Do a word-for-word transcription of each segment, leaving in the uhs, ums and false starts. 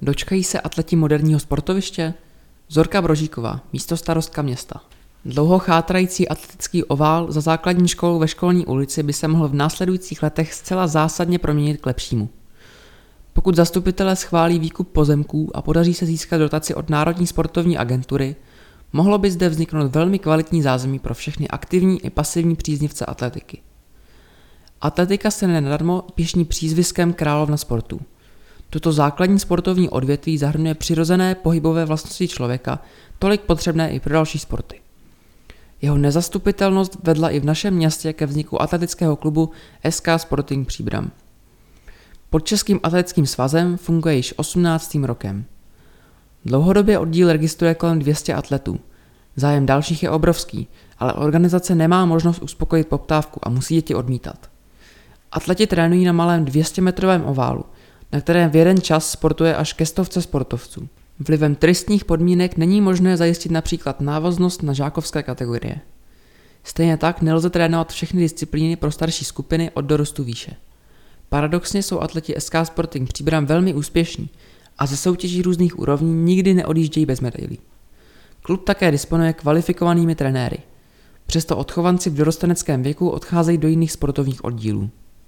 Dočkají se atleti moderního sportoviště? Zorka Brožíková, místostarostka města. Dlouho chátrající atletický ovál za základní školou ve Školní ulici by se mohl v následujících letech zcela zásadně proměnit k lepšímu. Pokud zastupitelé schválí výkup pozemků a podaří se získat dotaci od Národní sportovní agentury, mohlo by zde vzniknout velmi kvalitní zázemí pro všechny aktivní i pasivní příznivce atletiky. Atletika se nenadarmo pyšní přízviskem královna sportů. Toto základní sportovní odvětví zahrnuje přirozené pohybové vlastnosti člověka, tolik potřebné i pro další sporty. Jeho nezastupitelnost vedla i v našem městě ke vzniku atletického klubu S K Sporting Příbram. Pod Českým atletickým svazem funguje již osmnáctým rokem. Dlouhodobě oddíl registruje kolem dvě stě atletů. Zájem dalších je obrovský, ale organizace nemá možnost uspokojit poptávku a musí děti odmítat. Atleti trénují na malém dvěstěmetrovém oválu, na kterém v jeden čas sportuje až ke stovce sportovců. Vlivem tristních podmínek není možné zajistit například návaznost na žákovské kategorie. Stejně tak nelze trénovat všechny disciplíny pro starší skupiny od dorostu výše. Paradoxně jsou atleti S K Sporting Příbram velmi úspěšní a ze soutěží různých úrovní nikdy neodjíždějí bez medailí. Klub také disponuje kvalifikovanými trenéry. Přesto odchovanci v dorosteneckém věku odcházejí do jiných sportovních oddílů.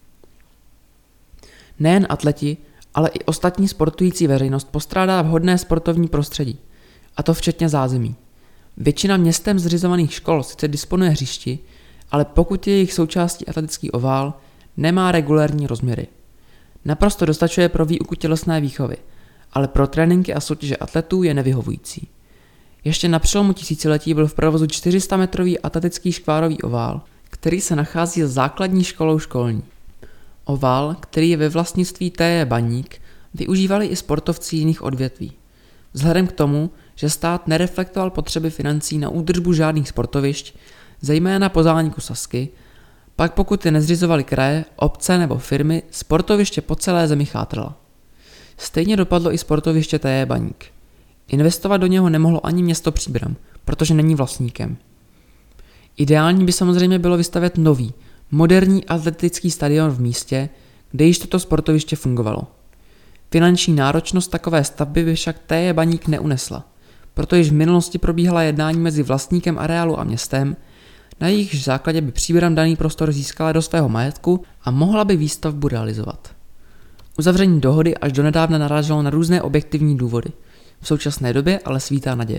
Nejen atleti, ale i ostatní sportující veřejnost postrádá vhodné sportovní prostředí, a to včetně zázemí. Většina městem zřizovaných škol sice disponuje hřišti, ale pokud je jejich součástí atletický ovál, nemá regulérní rozměry. Naprosto dostačuje pro výuku tělesné výchovy, ale pro tréninky a soutěže atletů je nevyhovující. Ještě na přelomu tisíciletí byl v provozu čtyři sta metrový atletický škvárový ovál, který se nachází za základní školou školní. Ovál, který je ve vlastnictví T J Baník, využívali i sportovci jiných odvětví. Vzhledem k tomu, že stát nereflektoval potřeby financí na údržbu žádných sportovišť, zejména po zániku Sazky, pak pokud je nezřizovaly kraje, obce nebo firmy, sportoviště po celé zemi chátrala. Stejně dopadlo i sportoviště T J Baník. Investovat do něho nemohlo ani město Příbram, protože není vlastníkem. Ideální by samozřejmě bylo vystavět nový, moderní atletický stadion v místě, kde již toto sportoviště fungovalo. Finanční náročnost takové stavby by však T J Baník neunesla, proto již v minulosti probíhala jednání mezi vlastníkem areálu a městem, na jejichž základě by Příbram daný prostor získala do svého majetku a mohla by výstavbu realizovat. Uzavření dohody až donedávna naráželo na různé objektivní důvody. V současné době ale svítá naděje.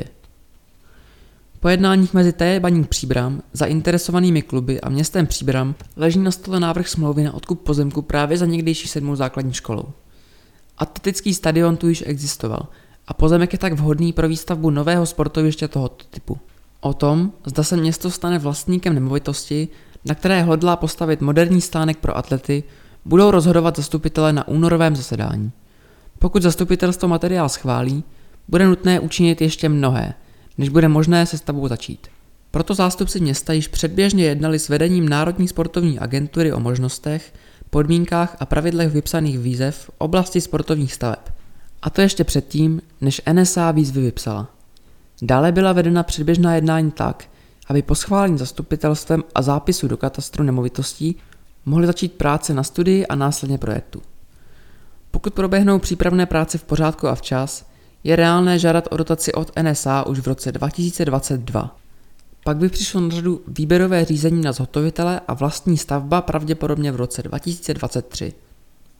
Po jednáních mezi T J Baník Příbram, zainteresovanými kluby a městem Příbram leží na stole návrh smlouvy na odkup pozemku právě za někdejší sedmou základní školou. Atletický stadion tu již existoval a pozemek je tak vhodný pro výstavbu nového sportoviště tohoto typu. O tom, zda se město stane vlastníkem nemovitosti, na které hodlá postavit moderní stánek pro atlety, budou rozhodovat zastupitelé na únorovém zasedání. Pokud zastupitelstvo materiál schválí, bude nutné učinit ještě mnohé, než bude možné se stavbou začít. Proto zástupci města již předběžně jednali s vedením Národní sportovní agentury o možnostech, podmínkách a pravidlech vypsaných výzev v oblasti sportovních staveb. A to ještě předtím, než N S A výzvy vypsala. Dále byla vedena předběžná jednání tak, aby po schválení zastupitelstvem a zápisu do katastru nemovitostí mohly začít práce na studii a následně projektu. Pokud proběhnou přípravné práce v pořádku a včas, je reálné žádat o dotaci od N S A už v roce dva tisíce dvacet dva. Pak by přišlo na řadu výběrové řízení na zhotovitele a vlastní stavba pravděpodobně v roce dva tisíce dvacet tři.